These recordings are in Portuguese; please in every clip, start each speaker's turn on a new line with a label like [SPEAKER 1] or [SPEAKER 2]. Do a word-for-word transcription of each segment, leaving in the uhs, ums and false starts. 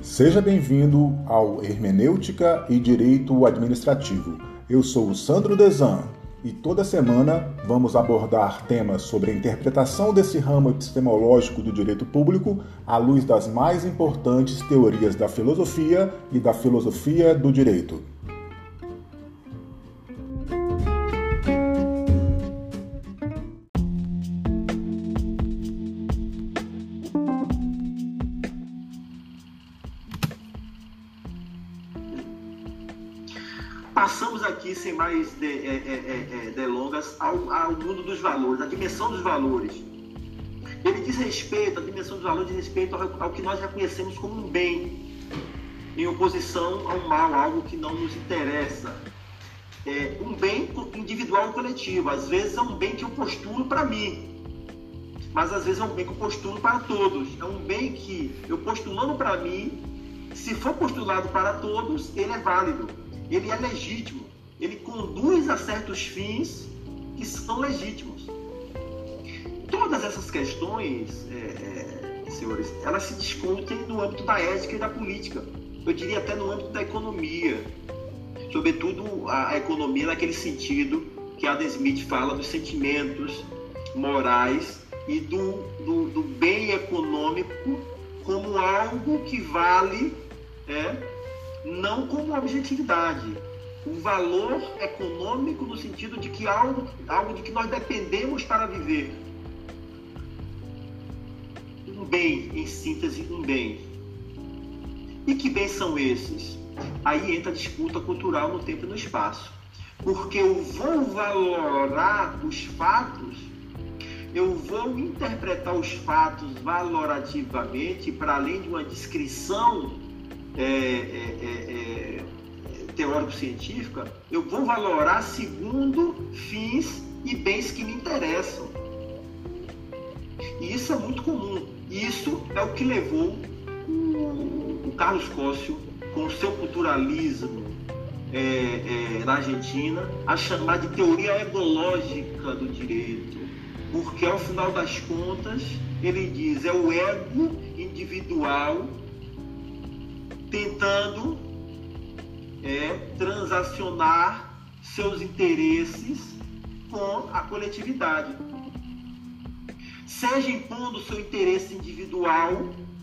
[SPEAKER 1] Seja bem-vindo ao Hermenêutica e Direito Administrativo. Eu sou o Sandro Desan e toda semana vamos abordar temas sobre a interpretação desse ramo epistemológico do direito público à luz das mais importantes teorias da filosofia e da filosofia do direito.
[SPEAKER 2] Passamos aqui, sem mais de, é, é, é, delongas, ao, ao mundo dos valores, à dimensão dos valores. Ele diz respeito, a dimensão dos valores diz respeito ao, ao que nós reconhecemos como um bem, em oposição ao mal, algo que não nos interessa. É um bem individual ou coletivo. Às vezes é um bem que eu postulo para mim, mas às vezes é um bem que eu postulo para todos. É um bem que eu postulando para mim, se for postulado para todos, ele é válido. Ele é legítimo, ele conduz a certos fins que são legítimos. Todas essas questões, é, é, senhores, elas se discutem no âmbito da ética e da política. Eu diria até no âmbito da economia. Sobretudo a, a economia naquele sentido que Adam Smith fala dos sentimentos morais e do, do, do bem econômico como algo que vale... É, não como objetividade, o valor econômico no sentido de que algo, algo de que nós dependemos para viver. Um bem, em síntese, um bem. E que bens são esses? Aí entra a disputa cultural no tempo e no espaço. Porque eu vou valorar os fatos, eu vou interpretar os fatos valorativamente, para além de uma descrição É, é, é, é, teórico-científica, eu vou valorar segundo fins e bens que me interessam. E isso é muito comum. Isso é o que levou o, o Carlos Cócio, com o seu culturalismo é, é, na Argentina, a chamar de teoria egológica do direito. Porque, ao final das contas, ele diz, é o ego individual tentando é, transacionar seus interesses com a coletividade. Seja impondo seu interesse individual,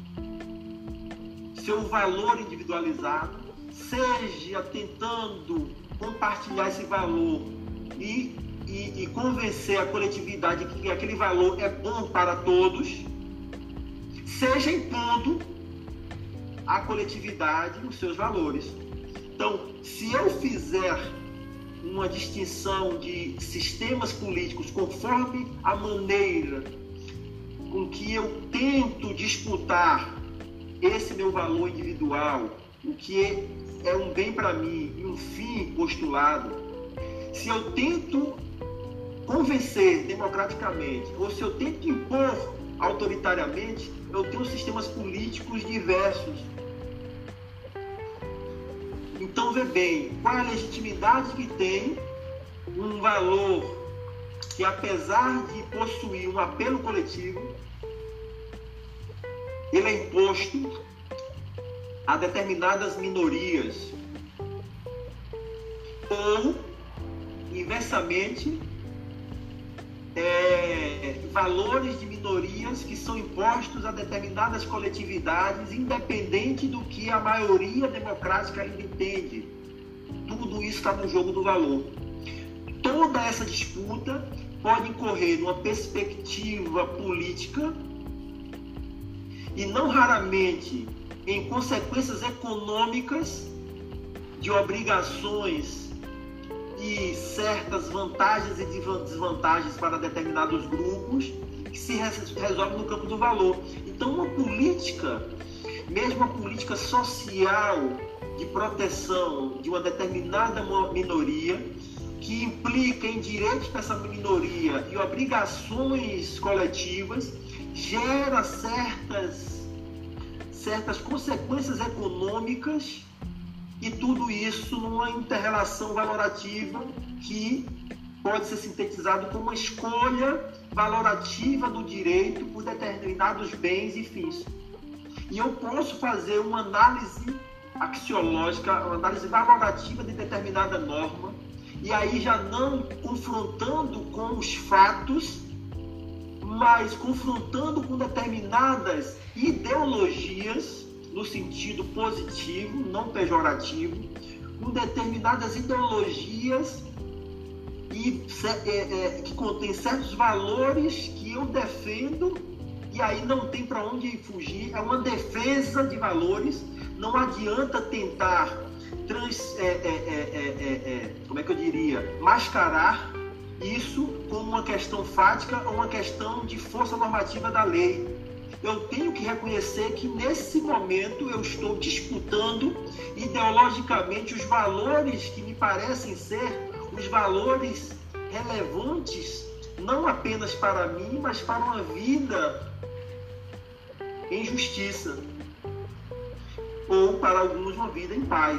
[SPEAKER 2] seu valor individualizado, seja tentando compartilhar esse valor e, e, e convencer a coletividade que aquele valor é bom para todos, seja impondo a coletividade os seus valores. Então, se eu fizer uma distinção de sistemas políticos conforme a maneira com que eu tento disputar esse meu valor individual, o que é, é um bem para mim e um fim postulado, se eu tento convencer democraticamente ou se eu tento impor autoritariamente, eu tenho sistemas políticos diversos. Então, vê bem, qual é a legitimidade que tem um valor que, apesar de possuir um apelo coletivo, ele é imposto a determinadas minorias. Ou, inversamente, É, valores de minorias que são impostos a determinadas coletividades, independente do que a maioria democrática ainda entende. Tudo isso está no jogo do valor. Toda essa disputa pode incorrer numa perspectiva política e não raramente em consequências econômicas de obrigações e certas vantagens e desvantagens para determinados grupos que se resolvem no campo do valor. Então, uma política, mesmo uma política social de proteção de uma determinada minoria, que implica em direitos para essa minoria e obrigações coletivas, gera certas, certas consequências econômicas. E tudo isso numa inter-relação valorativa que pode ser sintetizado como uma escolha valorativa do direito por determinados bens e fins. E eu posso fazer uma análise axiológica, uma análise valorativa de determinada norma, e aí já não confrontando com os fatos, mas confrontando com determinadas ideologias, no sentido positivo, não pejorativo, com determinadas ideologias e, é, é, que contém certos valores que eu defendo, e aí não tem para onde fugir, é uma defesa de valores. Não adianta tentar trans, é, é, é, é, é, como é que eu diria, mascarar isso como uma questão fática ou uma questão de força normativa da lei. Eu tenho que reconhecer que nesse momento eu estou disputando ideologicamente os valores que me parecem ser os valores relevantes, não apenas para mim, mas para uma vida em justiça, ou para alguns uma vida em paz.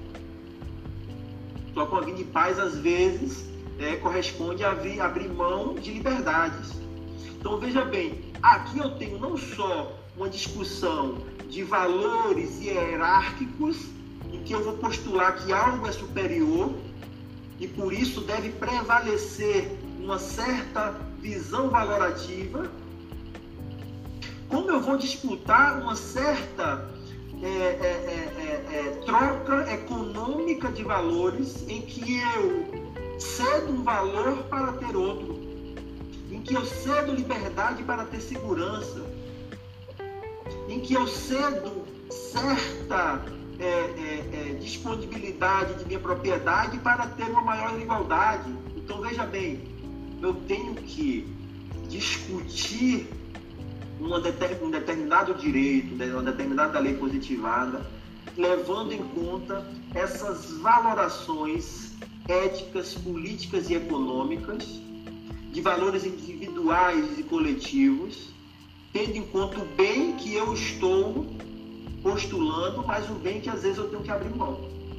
[SPEAKER 2] Só que uma vida em paz, às vezes, é, corresponde a abrir, abrir mão de liberdades. Então, veja bem, aqui eu tenho não só uma discussão de valores hierárquicos, em que eu vou postular que algo é superior, e por isso deve prevalecer uma certa visão valorativa, como eu vou disputar uma certa é, é, é, é, troca econômica de valores, em que eu cedo um valor para ter outro, em que eu cedo liberdade para ter segurança, em que eu cedo certa é, é, é, disponibilidade de minha propriedade para ter uma maior igualdade. Então, veja bem, eu tenho que discutir uma deter, um determinado direito, uma determinada lei positivada, levando em conta essas valorações éticas, políticas e econômicas, de valores individuais e coletivos, tendo em conta o bem que eu estou postulando, mas o bem que às vezes eu tenho que abrir mão.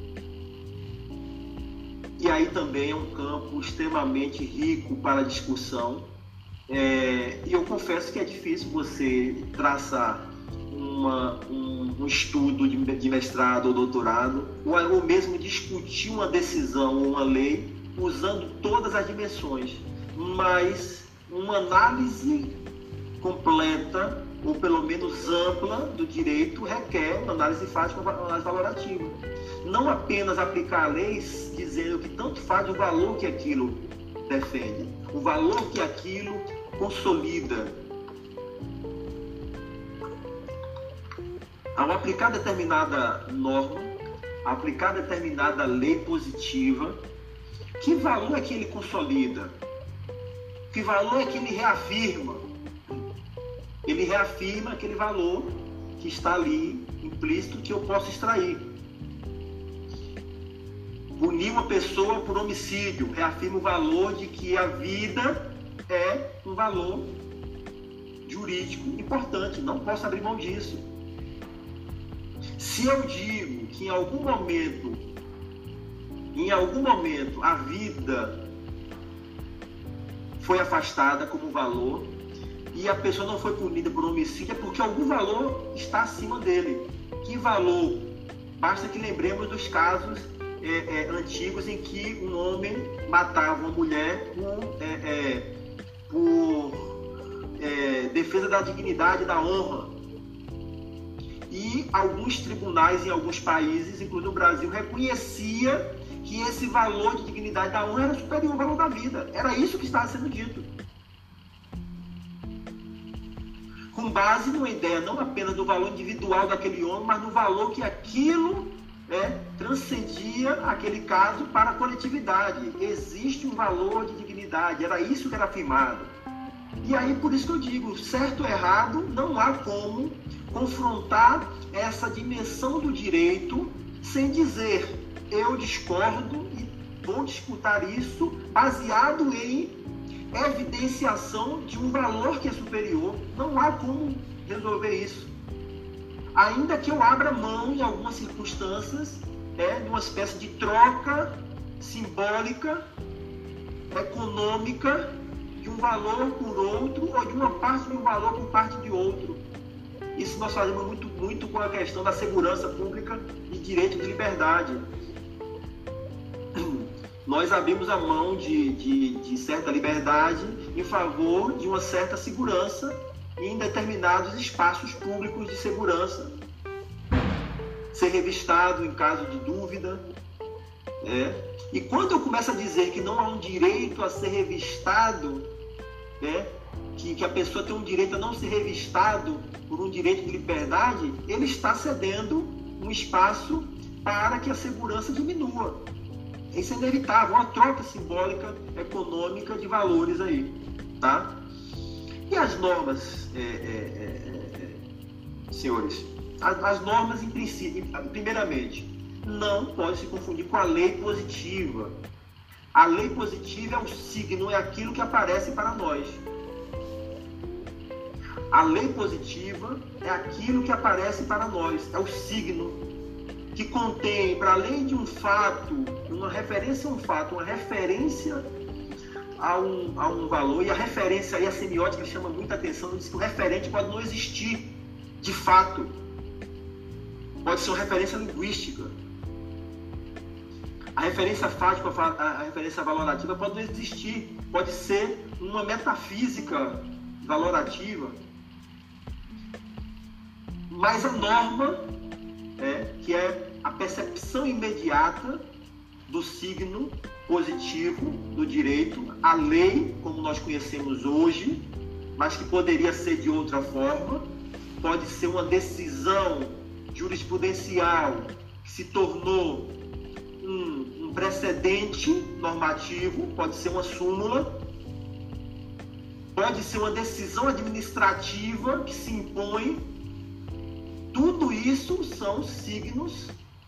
[SPEAKER 2] E aí também é um campo extremamente rico para discussão. É, e eu confesso que é difícil você traçar uma, um, um estudo de, de mestrado ou doutorado, ou, ou mesmo discutir uma decisão ou uma lei usando todas as dimensões. Mas uma análise completa, ou pelo menos ampla, do direito requer uma análise fática, uma análise valorativa. Não apenas aplicar leis dizendo que tanto faz o valor que aquilo defende, o valor que aquilo consolida. Ao aplicar determinada norma, aplicar determinada lei positiva, que valor é que ele consolida? Que valor é que ele reafirma? Ele reafirma aquele valor que está ali implícito, que eu posso extrair. Punir uma pessoa por homicídio reafirma o valor de que a vida é um valor jurídico importante, não posso abrir mão disso. Se eu digo que em algum momento, em algum momento a vida foi afastada como valor e a pessoa não foi punida por homicídio, é porque algum valor está acima dele. Que valor? Basta que lembremos dos casos é, é, antigos em que um homem matava uma mulher por, é, é, por é, defesa da dignidade e da honra. E alguns tribunais em alguns países, incluindo o Brasil, reconhecia que esse valor de dignidade da honra era superior ao valor da vida. Era isso que estava sendo dito. Com base numa ideia não apenas do valor individual daquele homem, mas no valor que aquilo é, transcendia aquele caso para a coletividade. Existe um valor de dignidade, era isso que era afirmado. E aí, por isso que eu digo, certo ou errado, não há como confrontar essa dimensão do direito sem dizer eu discordo e vou disputar isso baseado em evidenciação de um valor que é superior. Não há como resolver isso. Ainda que eu abra mão em algumas circunstâncias, é, de uma espécie de troca simbólica, econômica, de um valor por outro, ou de uma parte de um valor por parte de outro. Isso nós fazemos muito, muito com a questão da segurança pública e direito de liberdade. Nós abrimos a mão de, de, de certa liberdade em favor de uma certa segurança em determinados espaços públicos de segurança. Ser revistado em caso de dúvida. Né? E quando eu começo a dizer que não há um direito a ser revistado, né? que, que a pessoa tem um direito a não ser revistado por um direito de liberdade, ele está cedendo um espaço para que a segurança diminua. Isso é inevitável, uma troca simbólica, econômica de valores aí, tá? E as normas, é, é, é, senhores? As, as normas, em princípio, primeiramente, não pode se confundir com a lei positiva. A lei positiva é o signo, é aquilo que aparece para nós. A lei positiva é aquilo que aparece para nós, é o signo, que contém, para além de um fato, uma referência a um fato, uma referência a um, a um valor, e a referência aí, a semiótica chama muita atenção, diz que o referente pode não existir de fato, pode ser uma referência linguística. A referência fática, a referência valorativa pode não existir, pode ser uma metafísica valorativa, mas a norma, É, que é a percepção imediata do signo positivo do direito, a lei, como nós conhecemos hoje, mas que poderia ser de outra forma, pode ser uma decisão jurisprudencial que se tornou um, um precedente normativo, pode ser uma súmula, pode ser uma decisão administrativa que se impõe. Tudo isso são signos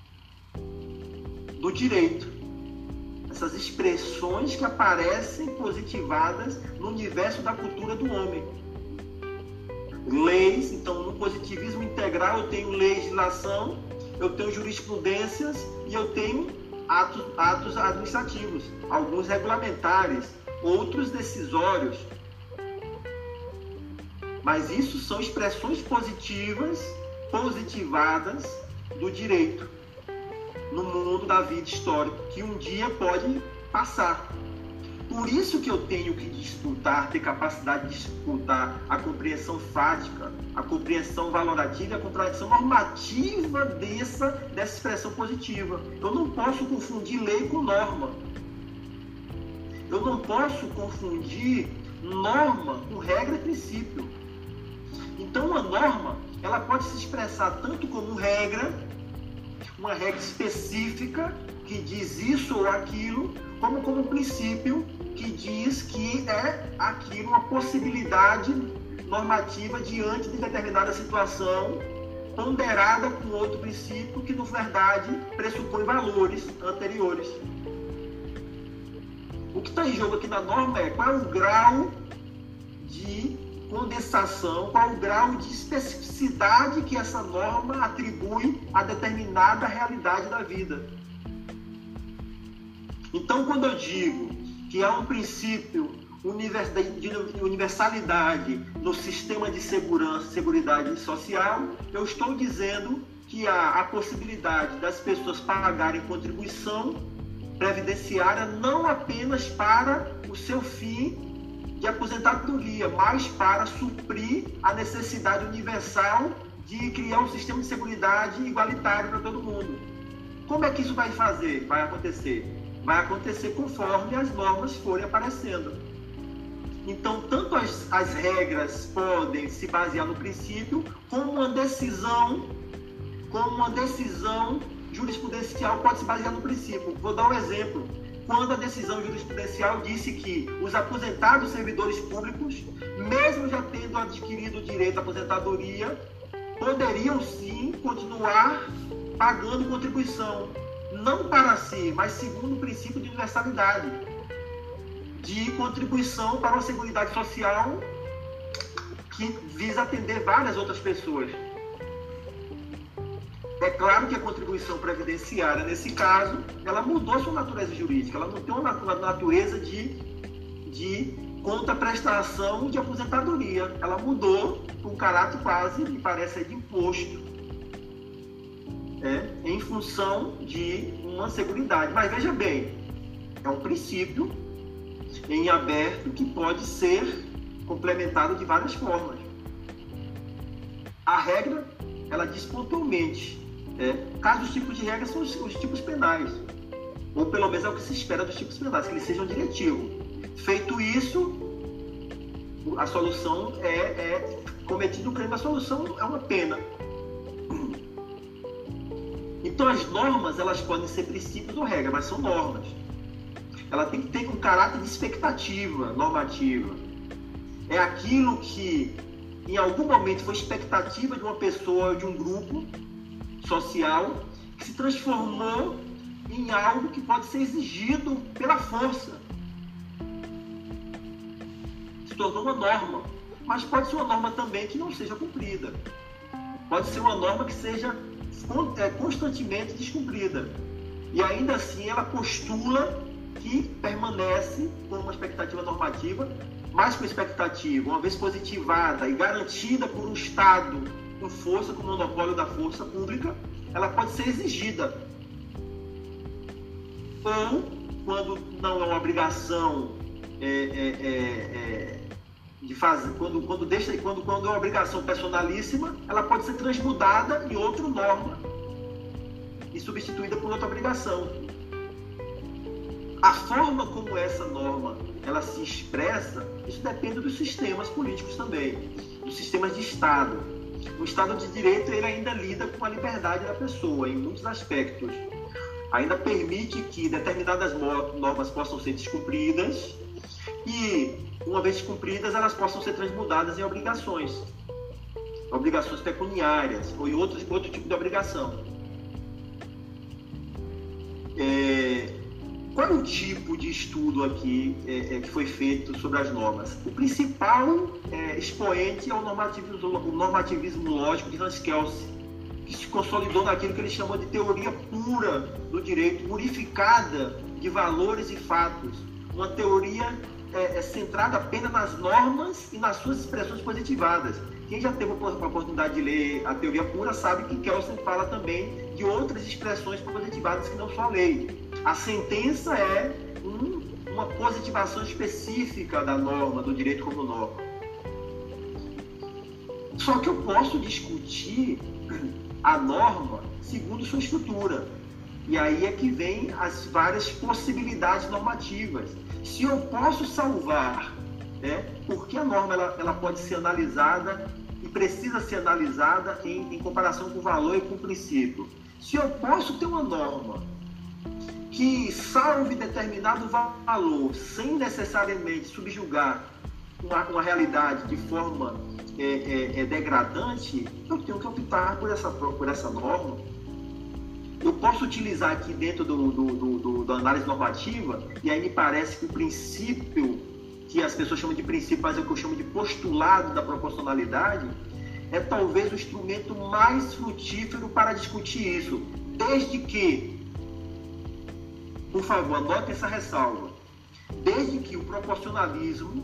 [SPEAKER 2] do direito. Essas expressões que aparecem positivadas no universo da cultura do homem. Leis, então no positivismo integral eu tenho legislação, eu tenho jurisprudências e eu tenho atos, atos administrativos, alguns regulamentares, outros decisórios. Mas isso são expressões positivas, positivadas do direito no mundo da vida histórica, que um dia pode passar. Por isso que eu tenho que disputar, ter capacidade de disputar a compreensão fática, a compreensão valorativa e a compreensão normativa dessa, dessa expressão positiva. Eu não posso confundir lei com norma. Eu não posso confundir norma com regra e princípio. Então, uma norma, ela pode se expressar tanto como regra, uma regra específica que diz isso ou aquilo, como como princípio que diz que é aquilo uma possibilidade normativa diante de determinada situação, ponderada com outro princípio que, na verdade, pressupõe valores anteriores. O que está em jogo aqui na norma é qual é o grau de condensação, qual o grau de especificidade que essa norma atribui a determinada realidade da vida. Então, quando eu digo que há um princípio de universalidade no sistema de segurança, seguridade social, eu estou dizendo que há a possibilidade das pessoas pagarem contribuição previdenciária não apenas para o seu fim de aposentadoria, mas para suprir a necessidade universal de criar um sistema de seguridade igualitário para todo mundo. Como é que isso vai fazer? Vai acontecer? Vai acontecer conforme as normas forem aparecendo. Então, tanto as, as regras podem se basear no princípio, como uma decisão, como uma decisão jurisprudencial pode se basear no princípio. Vou dar um exemplo. Quando a decisão jurisprudencial disse que os aposentados servidores públicos, mesmo já tendo adquirido o direito à aposentadoria, poderiam sim continuar pagando contribuição, não para si, mas segundo o princípio de universalidade, de contribuição para uma seguridade social que visa atender várias outras pessoas. É claro que a contribuição previdenciária, nesse caso, ela mudou sua natureza jurídica, ela não tem uma natureza de, de contra a prestação de aposentadoria. Ela mudou para um caráter quase, me parece, de imposto, é, em função de uma seguridade. Mas veja bem, é um princípio em aberto que pode ser complementado de várias formas. A regra, ela diz pontualmente, é, caso os tipos de regra são os, os tipos penais, ou pelo menos é o que se espera dos tipos penais, que eles sejam diretivos. Feito isso, a solução é, é cometido o crime, a solução é uma pena. Então as normas, elas podem ser princípios ou regras, mas são normas. Ela tem que ter um caráter de expectativa normativa. É aquilo que em algum momento foi expectativa de uma pessoa ou de um grupo social que se transformou em algo que pode ser exigido pela força. Se tornou uma norma, mas pode ser uma norma também que não seja cumprida. Pode ser uma norma que seja constantemente descumprida. E ainda assim ela postula que permanece com uma expectativa normativa, mas com expectativa, uma vez positivada e garantida por um Estado com força, com o monopólio da força pública, ela pode ser exigida. Ou, quando não é uma obrigação é, é, é, é, de fazer, quando, quando, deixa, quando, quando é uma obrigação personalíssima, ela pode ser transmudada em outra norma e substituída por outra obrigação. A forma como essa norma ela se expressa, isso depende dos sistemas políticos também, dos sistemas de Estado. O Estado de Direito ele ainda lida com a liberdade da pessoa em muitos aspectos. Ainda permite que determinadas normas possam ser descumpridas e, uma vez descumpridas, elas possam ser transmudadas em obrigações. Obrigações pecuniárias ou em outro, outro tipo de obrigação. É... Qual é o tipo de estudo aqui é, é, que foi feito sobre as normas? O principal é, expoente é o normativismo, o normativismo lógico de Hans Kelsen, que se consolidou naquilo que ele chamou de teoria pura do direito, purificada de valores e fatos. Uma teoria é, é centrada apenas nas normas e nas suas expressões positivadas. Quem já teve a oportunidade de ler a teoria pura sabe que Kelsen fala também de outras expressões positivadas que não só a lei. A sentença é um, uma positivação específica da norma, do direito como norma. Só que eu posso discutir a norma segundo sua estrutura. E aí é que vem as várias possibilidades normativas. Se eu posso salvar, né, porque a norma ela, ela pode ser analisada e precisa ser analisada em, em comparação com o valor e com o princípio. Se eu posso ter uma norma que salve determinado valor sem necessariamente subjugar uma, uma realidade de forma é, é, é degradante, eu tenho que optar por essa, por essa norma. Eu posso utilizar aqui dentro do, do, do, do, da análise normativa, e aí me parece que o princípio, que as pessoas chamam de princípio, mas é o que eu chamo de postulado da proporcionalidade, é talvez o instrumento mais frutífero para discutir isso, desde que, por favor, anote essa ressalva, desde que o proporcionalismo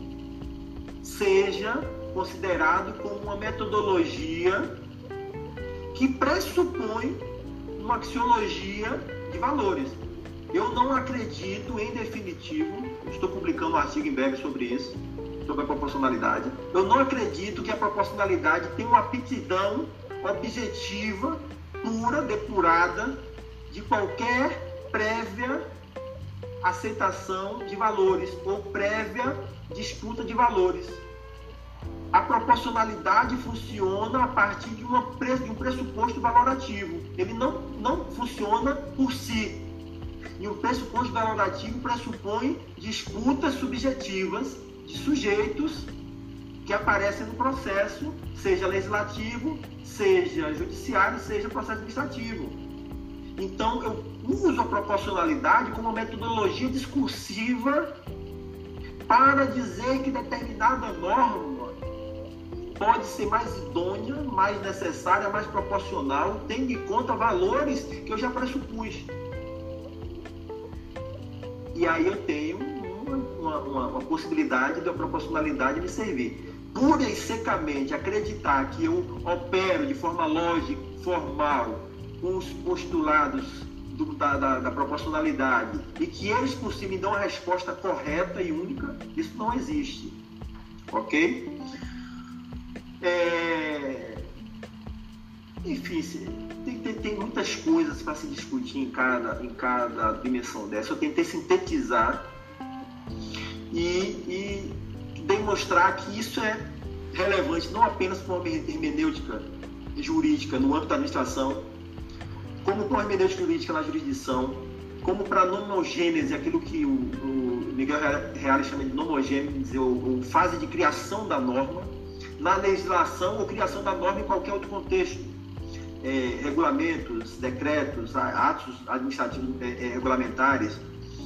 [SPEAKER 2] seja considerado como uma metodologia que pressupõe uma axiologia de valores. Eu não acredito, em definitivo, estou publicando um artigo em breve sobre isso, sobre a proporcionalidade, eu não acredito que a proporcionalidade tenha uma aptidão objetiva, pura, depurada, de qualquer prévia aceitação de valores ou prévia disputa de valores. A proporcionalidade funciona a partir de, uma, de um pressuposto valorativo. Ele não, não funciona por si. E um pressuposto valorativo pressupõe disputas subjetivas de sujeitos que aparecem no processo, seja legislativo, seja judiciário, seja processo administrativo. Então, eu uso a proporcionalidade como uma metodologia discursiva para dizer que determinada norma pode ser mais idônea, mais necessária, mais proporcional, tendo em conta valores que eu já pressupus. E aí eu tenho uma, uma, uma possibilidade da proporcionalidade me servir. Pura e secamente acreditar que eu opero de forma lógica, formal, com os postulados do, da, da, da proporcionalidade e que eles por si me dão a resposta correta e única, isso não existe. Ok? É... Enfim, tem, tem, tem muitas coisas para se discutir em cada, em cada dimensão dessa. Eu tentei sintetizar e, e demonstrar que isso é relevante não apenas para uma hermenêutica jurídica no âmbito da administração, como para uma hermenêutica jurídica na jurisdição, como para a nomogênese, aquilo que o, o Miguel Reale chama de nomogênese, ou, ou fase de criação da norma, na legislação ou criação da norma em qualquer outro contexto. É, regulamentos, decretos, atos administrativos é, é, regulamentares,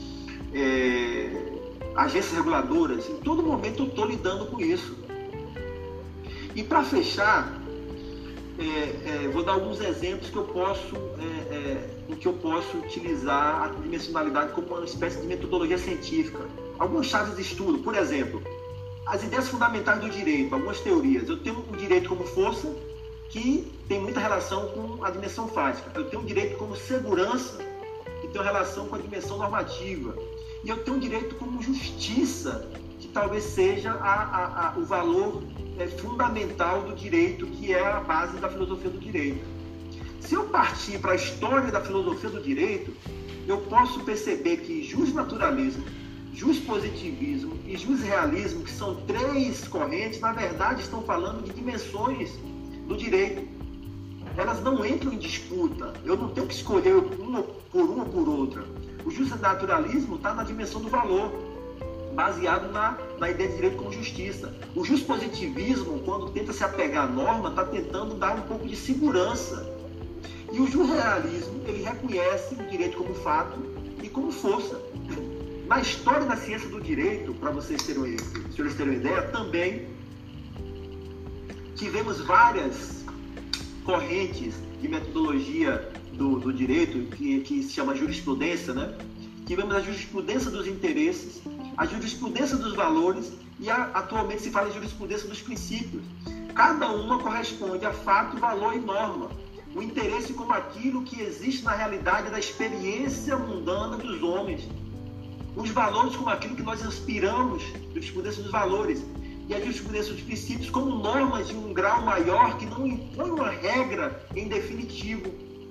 [SPEAKER 2] é, agências reguladoras, em todo momento eu estou lidando com isso. E para fechar, é, é, vou dar alguns exemplos que eu posso, é, é, em que eu posso utilizar a dimensionalidade como uma espécie de metodologia científica. Algumas chaves de estudo, por exemplo, as ideias fundamentais do direito, algumas teorias. Eu tenho o direito como força, que tem muita relação com a dimensão fática. Eu tenho o direito como segurança, que tem relação com a dimensão normativa. E eu tenho o direito como justiça, que talvez seja a, a, a, o valor é, fundamental do direito, que é a base da filosofia do direito. Se eu partir para a história da filosofia do direito, eu posso perceber que justnaturalismo, justpositivismo e justrealismo, que são três correntes, na verdade estão falando de dimensões do direito. Elas não entram em disputa. Eu não tenho que escolher uma por uma ou por outra. O justnaturalismo está na dimensão do valor, baseado na, na ideia de direito como justiça. O justpositivismo, quando tenta se apegar à norma, está tentando dar um pouco de segurança. E o justrealismo, ele reconhece o direito como fato e como força. Na história da ciência do direito, para vocês terem, vocês terem uma ideia, também tivemos várias correntes de metodologia do, do direito, que, que se chama jurisprudência, né? Tivemos a jurisprudência dos interesses, a jurisprudência dos valores e a, atualmente se fala em jurisprudência dos princípios. Cada uma corresponde a fato, valor e norma. O interesse como aquilo que existe na realidade da experiência mundana dos homens. Os valores como aquilo que nós aspiramos, jurisprudência dos valores. E a jurisprudência dos princípios como normas de um grau maior que não impõe uma regra em definitivo.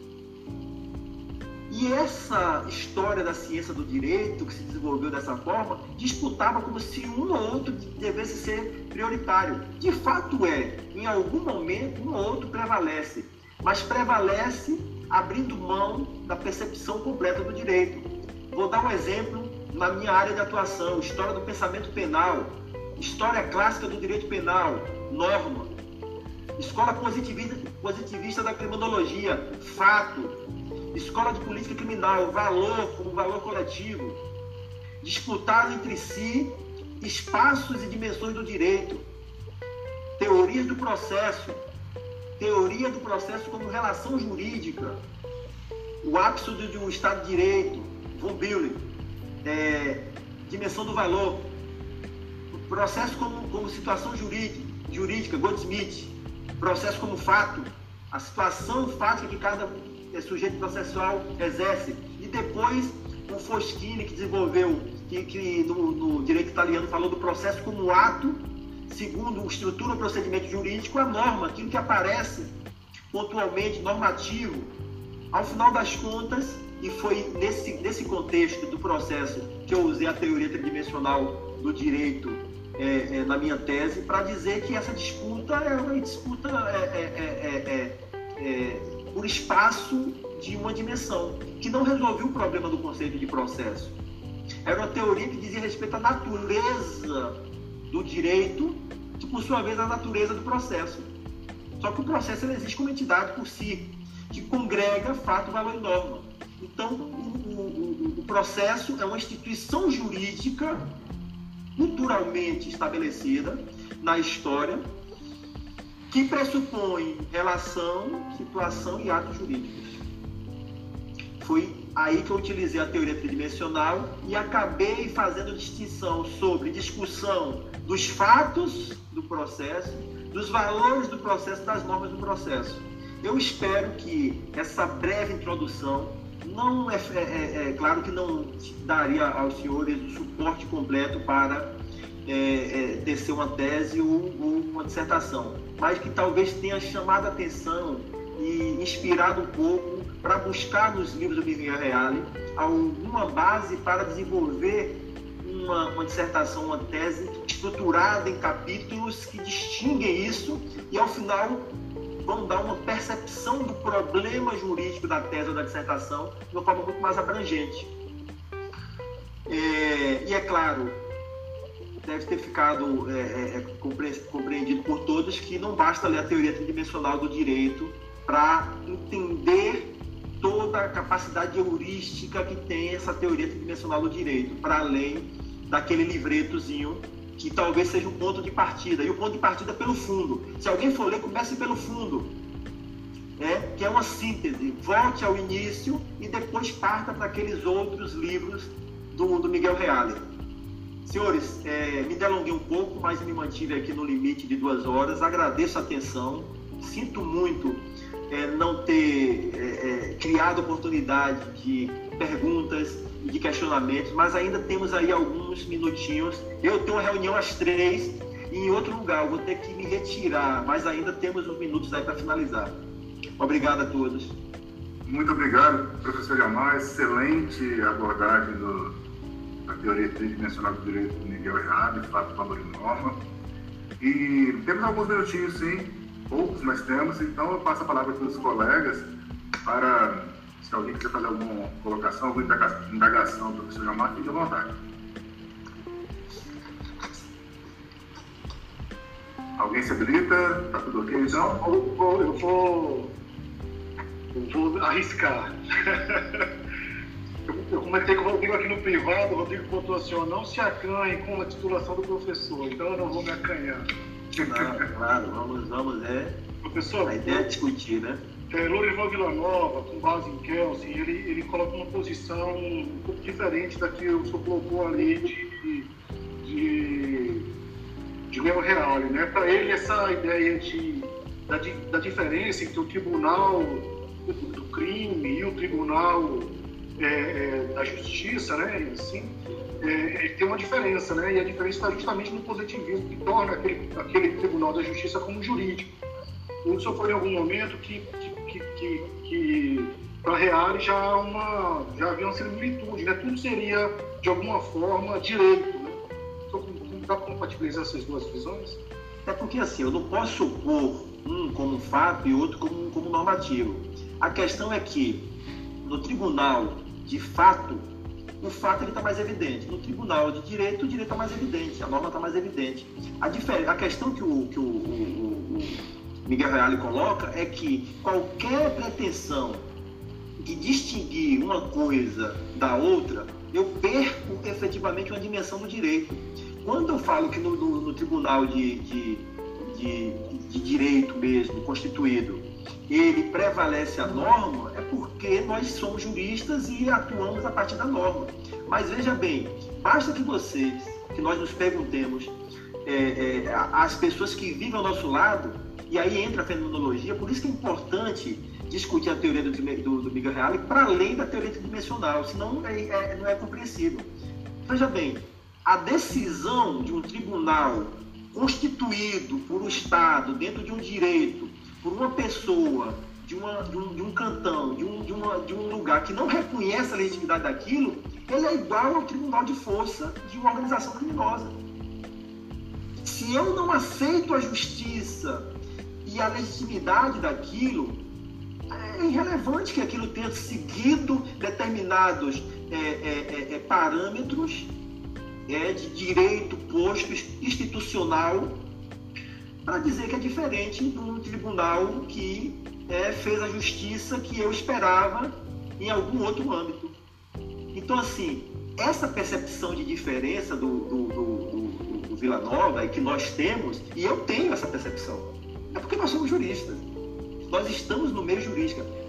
[SPEAKER 2] E essa história da ciência do direito, que se desenvolveu dessa forma, disputava como se um ou outro devesse ser prioritário. De fato é, em algum momento, um ou outro prevalece, mas prevalece abrindo mão da percepção completa do direito. Vou dar um exemplo na minha área de atuação, história do pensamento penal, história clássica do direito penal, norma, escola positivista, positivista da criminologia, fato, escola de política criminal, valor como valor coletivo, disputado entre si espaços e dimensões do direito, teorias do processo, teoria do processo como relação jurídica, o ápice de um Estado de Direito, von Billing, é, dimensão do valor, processo como, como situação jurídica, jurídica, Goldsmith, processo como fato, a situação fática que cada sujeito processual exerce. E depois o Foschini, que desenvolveu, que, que no, no direito italiano falou do processo como ato, segundo estrutura ou procedimento jurídico, a norma, aquilo que aparece pontualmente, normativo. Ao final das contas, e foi nesse, nesse contexto do processo que eu usei a teoria tridimensional do direito é, é, na minha tese, para dizer que essa disputa é uma disputa é, é, é, é, é, por espaço de uma dimensão, que não resolveu o problema do conceito de processo. Era uma teoria que dizia respeito à natureza do direito, que por sua vez é a natureza do processo. Só que o processo ele existe como entidade por si, que congrega fato, valor e norma. Então, o, o, o processo é uma instituição jurídica culturalmente estabelecida na história, que pressupõe relação, situação e atos jurídicos. Foi aí que eu utilizei a teoria tridimensional e acabei fazendo distinção sobre discussão dos fatos do processo, dos valores do processo, das normas do processo. Eu espero que essa breve introdução, não é, é, é claro que não daria aos senhores o suporte completo para é, é, tecer uma tese ou, ou uma dissertação, mas que talvez tenha chamado a atenção e inspirado um pouco para buscar nos livros do Miguel Reale alguma base para desenvolver uma, uma dissertação, uma tese estruturada em capítulos que distinguem isso e, ao final, vão dar uma percepção do problema jurídico da tese ou da dissertação de uma forma muito mais abrangente. É, e, é claro, deve ter ficado é, é, compreendido por todos que não basta ler a teoria tridimensional do direito para entender toda a capacidade heurística que tem essa teoria tridimensional do direito, para além daquele livretozinho que talvez seja o ponto de partida. E o ponto de partida é pelo fundo. Se alguém for ler, comece pelo fundo, é, que é uma síntese. Volte ao início e depois parta para aqueles outros livros do, do Miguel Reale. Senhores, é, me delonguei um pouco, mas me mantive aqui no limite de duas horas. Agradeço a atenção. Sinto muito É, não ter é, é, criado oportunidade de perguntas e de questionamentos, mas ainda temos aí alguns minutinhos. Eu tenho uma reunião às três e em outro lugar, eu vou ter que me retirar, mas ainda temos uns minutos aí para finalizar. Obrigado a todos.
[SPEAKER 3] Muito obrigado, professor Iamar. Excelente abordagem do, da teoria tridimensional do direito do Miguel Reale, fato, valor e norma. E temos alguns minutinhos, sim. Poucos, mas temos, então eu passo a palavra para os colegas para, se alguém quiser fazer alguma colocação, alguma indagação do professor Iamar, fique à vontade. Alguém se habilita? Está tudo ok, então?
[SPEAKER 4] Eu vou, eu vou, eu vou arriscar. eu, eu comentei com o Rodrigo aqui no privado, o Rodrigo botou assim, ó, não se acanhe com a titulação do professor, então eu não vou me acanhar.
[SPEAKER 2] Claro, claro, vamos, vamos, é.
[SPEAKER 4] Professor,
[SPEAKER 2] a ideia é discutir, né?
[SPEAKER 4] É, Lourival Villanova, com base em Kelsen, ele, ele coloca uma posição um pouco diferente da que o senhor colocou ali de, de, de Miguel Reale, né? Para ele, essa ideia de, da, da diferença entre o tribunal do crime e o tribunal é, é, da justiça, né? Assim, É, tem uma diferença, né? E a diferença está justamente no positivismo que torna aquele, aquele Tribunal da Justiça como jurídico. O senhor falou em algum momento que, que, que, que, que para Reale já, uma, já havia uma similitude, né? Tudo seria, de alguma forma, direito, né? Então, como dá para compatibilizar essas duas visões?
[SPEAKER 2] É porque, assim, eu não posso supor um como fato e outro como, como normativo. A questão é que, no tribunal de fato, o fato está mais evidente. No tribunal de direito, o direito está mais evidente, a norma está mais evidente. A, difer... a questão que, o, que o, o, o Miguel Reale coloca é que qualquer pretensão de distinguir uma coisa da outra, eu perco efetivamente uma dimensão do direito. Quando eu falo que no, no, no tribunal de, de, de, de direito mesmo, constituído, ele prevalece a norma, é porque nós somos juristas e atuamos a partir da norma. Mas veja bem, basta que vocês, que nós nos perguntemos, é, é, as pessoas que vivem ao nosso lado, e aí entra a fenomenologia, por isso que é importante discutir a teoria do, do, do Miguel Reale para além da teoria tridimensional, senão é, é, não é compreensível. Veja bem, a decisão de um tribunal constituído por um Estado, dentro de um direito, por uma pessoa, de, uma, de, um, de um cantão, de um, de, uma, de um lugar que não reconhece a legitimidade daquilo, ele é igual ao tribunal de força de uma organização criminosa. Se eu não aceito a justiça e a legitimidade daquilo, é irrelevante que aquilo tenha seguido determinados é, é, é, parâmetros é, de direito posto institucional, para dizer que é diferente de um tribunal que é, fez a justiça que eu esperava em algum outro âmbito. Então, assim, essa percepção de diferença do, do, do, do, do Villanova é que nós temos, e eu tenho essa percepção, é porque nós somos juristas. Nós estamos no meio jurídico. Do ponto de vista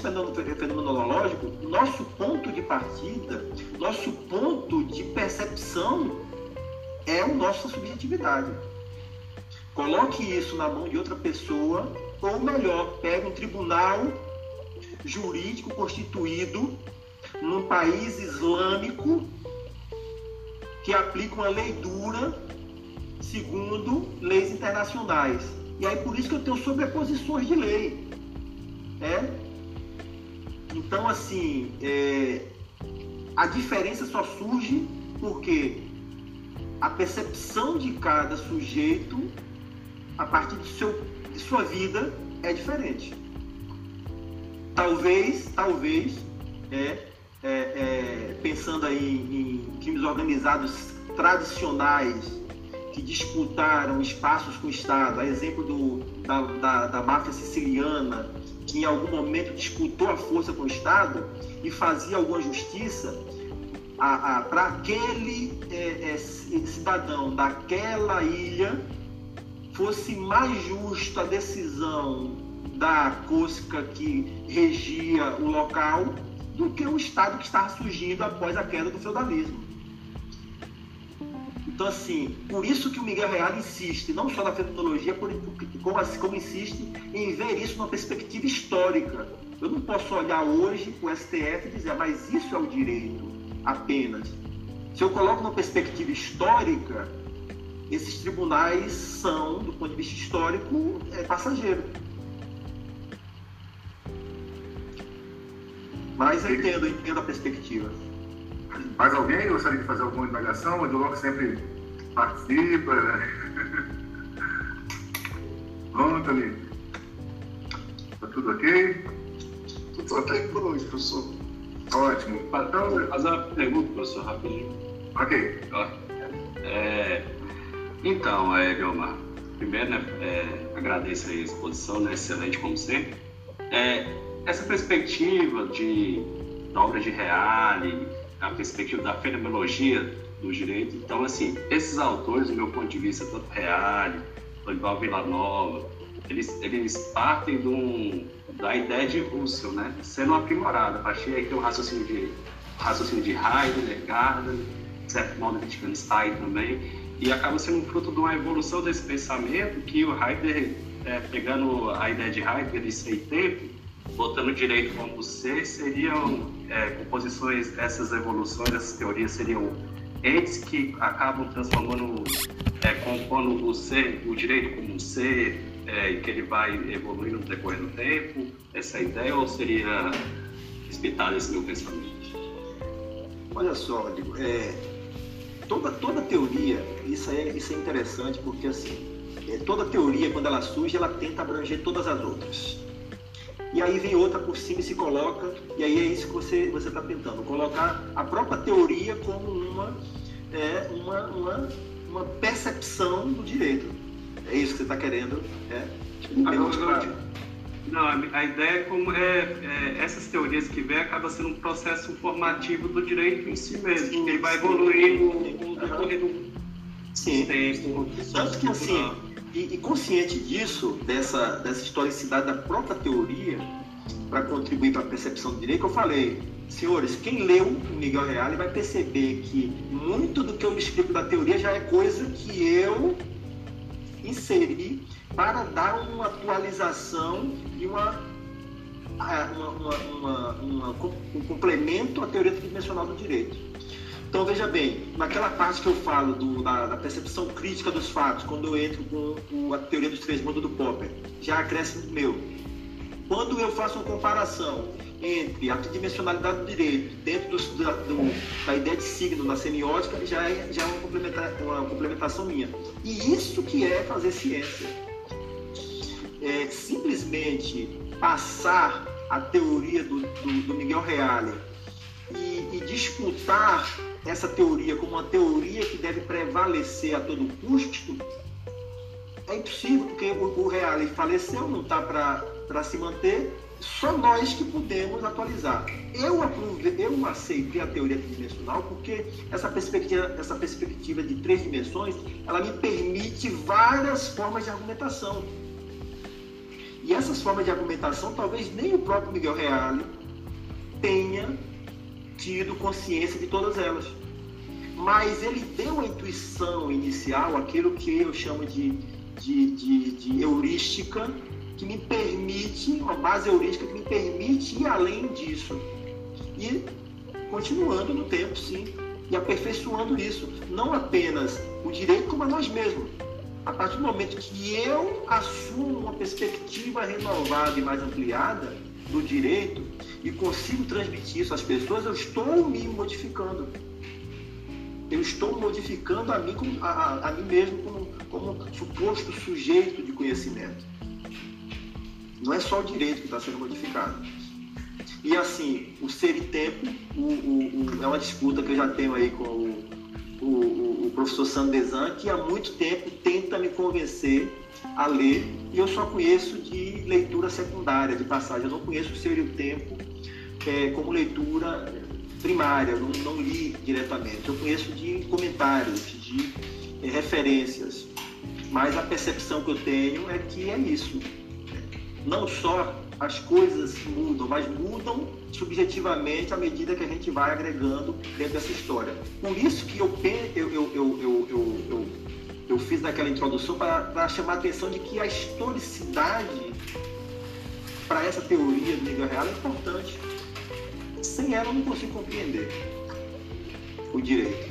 [SPEAKER 2] fenomenológico, nosso ponto de partida, nosso ponto de percepção é a nossa subjetividade. Coloque isso na mão de outra pessoa, ou melhor, pegue um tribunal jurídico constituído num país islâmico que aplica uma lei dura segundo leis internacionais. E aí por isso que eu tenho sobreposições de lei. É? Então, assim, é, a diferença só surge porque a percepção de cada sujeito, a partir do seu, de sua vida, é diferente. Talvez, talvez, é, é, é, pensando aí em crimes organizados tradicionais que disputaram espaços com o Estado, a exemplo do, da, da, da máfia siciliana, que em algum momento disputou a força com o Estado e fazia alguma justiça, para aquele é, é, cidadão daquela ilha fosse mais justa a decisão da cosca que regia o local do que o Estado que estava surgindo após a queda do feudalismo. Então, assim, por isso que o Miguel Reale insiste, não só na fenomenologia, como, como insiste em ver isso numa perspectiva histórica. Eu não posso olhar hoje o S T F e dizer, mas isso é o direito apenas. Se eu coloco numa perspectiva histórica, esses tribunais são, do ponto de vista histórico, é, passageiro. Mas eu entendo, eu entendo a perspectiva.
[SPEAKER 3] Mais alguém gostaria de fazer alguma indagação? O Edilon sempre participa. Pronto, ali. Está tudo ok?
[SPEAKER 4] Tudo ok por hoje, professor.
[SPEAKER 3] Ótimo.
[SPEAKER 5] Então, fazer uma pergunta, professor, rapidinho.
[SPEAKER 3] Ok.
[SPEAKER 5] É, então, é, Guilmar, primeiro, né, é, agradeço aí a exposição, né, excelente como sempre. É, essa perspectiva de, da obra de Reale, a perspectiva da fenomenologia do direito, então, assim, esses autores, do meu ponto de vista, tanto Reale, Dorival Villanova, eles, eles partem de um, da ideia de Russell, né, sendo aprimorada, a partir aí tem o raciocínio de, raciocínio de Heidegger, Gardner, de certo modo Wittgenstein também, e acaba sendo um fruto de uma evolução desse pensamento que o Heidegger, é, pegando a ideia de Heidegger de ser e tempo, botando o direito como ser, seriam é, composições, essas evoluções, essas teorias seriam entes que acabam transformando, é, compondo o ser, o direito como um ser, é, e que ele vai evoluindo no decorrer do tempo, essa ideia, ou seria respeitar esse meu pensamento?
[SPEAKER 2] Olha só, Rodrigo, é, toda, toda teoria, isso é, isso é interessante porque assim, é, toda teoria, quando ela surge, ela tenta abranger todas as outras. E aí vem outra por cima e se coloca, e aí é isso que você você está tentando, colocar a própria teoria como uma, é, uma, uma, uma percepção do direito. É isso que você está querendo, é?
[SPEAKER 5] Agora, não, a ideia é como é, é, essas teorias que vêm acaba sendo um processo formativo do direito em si mesmo, que ele vai evoluindo no decorrer do tempo.
[SPEAKER 2] Tanto que assim, e, e consciente disso, dessa, dessa historicidade da própria teoria, para contribuir para a percepção do direito, que eu falei, senhores, quem leu o Miguel Reale vai perceber que muito do que eu me explico da teoria já é coisa que eu inseri para dar uma atualização e uma, uma, uma, uma, uma, um complemento à teoria tridimensional do direito. Então, veja bem, naquela parte que eu falo do, da, da percepção crítica dos fatos, quando eu entro com, com a teoria dos três mundos do Popper, já acresce meu. Quando eu faço uma comparação entre a tridimensionalidade do direito dentro do, da, do, da ideia de signo, da semiótica, já é, já é uma, complementa, uma complementação minha. E isso que é fazer ciência. É, simplesmente passar a teoria do, do, do Miguel Reale e, e disputar essa teoria como uma teoria que deve prevalecer a todo custo, é impossível, porque o, o Reale faleceu, não está para se manter, só nós que podemos atualizar. Eu, aprovei, eu aceitei a teoria tridimensional porque essa perspectiva, essa perspectiva de três dimensões, ela me permite várias formas de argumentação. E essas formas de argumentação, talvez nem o próprio Miguel Reale tenha tido consciência de todas elas. Mas ele deu a intuição inicial, aquilo que eu chamo de, de, de, de heurística, que me permite, uma base heurística que me permite ir além disso. E continuando no tempo, sim, e aperfeiçoando isso. Não apenas o direito, como a nós mesmos. A partir do momento que eu assumo uma perspectiva renovada e mais ampliada do direito e consigo transmitir isso às pessoas, eu estou me modificando. Eu estou modificando a mim, como, a, a mim mesmo como, como suposto sujeito de conhecimento. Não é só o direito que está sendo modificado. E assim, o ser e tempo o, o, o, é uma disputa que eu já tenho aí com o, o, o, o professor Sandro Desan, que há muito tempo tenta me convencer a ler, e eu só conheço de leitura secundária, de passagem. Eu não conheço o Ser e o Tempo é, como leitura primária, eu não, não li diretamente. Eu conheço de comentários, de é, referências, mas a percepção que eu tenho é que é isso. Não só as coisas mudam, mas mudam subjetivamente à medida que a gente vai agregando dentro dessa história. Por isso que eu, eu, eu, eu, eu, eu, eu, eu fiz naquela introdução para chamar a atenção de que a historicidade para essa teoria do Miguel Reale é importante. Sem ela eu não consigo compreender o direito.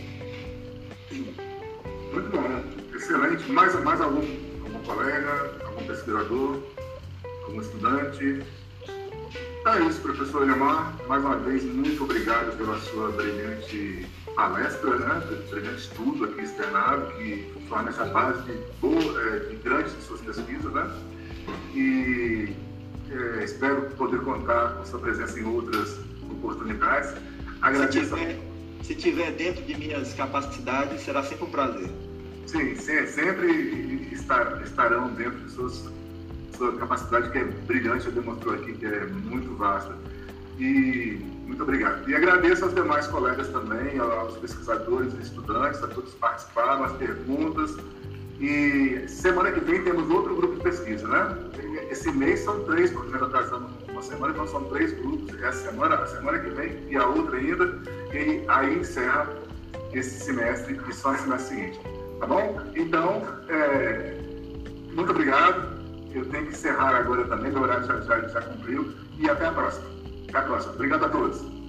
[SPEAKER 3] Muito bom, excelente. Mais, mais algum, algum colega, algum pesquisador? Como estudante. É isso, professor Eliomar. Mais uma vez, muito obrigado pela sua brilhante palestra, né? Brilhante estudo aqui externado, que fornece a base de, boa, de grandes de suas pesquisas, né? E é, espero poder contar com sua presença em outras oportunidades. Agradeço.
[SPEAKER 2] Se tiver, se tiver dentro de minhas capacidades, será sempre um prazer.
[SPEAKER 3] Sim, sempre estar, estarão dentro de suas sua capacidade, que é brilhante, você demonstrou aqui que é muito vasta. E muito obrigado. E agradeço aos demais colegas também, aos pesquisadores e estudantes, a todos que participaram, as perguntas. E semana que vem temos outro grupo de pesquisa, né? Esse mês são três, porque nós atrasamos uma semana, então são três grupos. Essa semana, a semana que vem e a outra ainda. E aí encerra esse semestre e só no semestre seguinte. Tá bom? Então, é... muito obrigado. Eu tenho que encerrar agora também, meu horário já, já, já cumpriu. E até a próxima. Até a próxima. Obrigado a todos.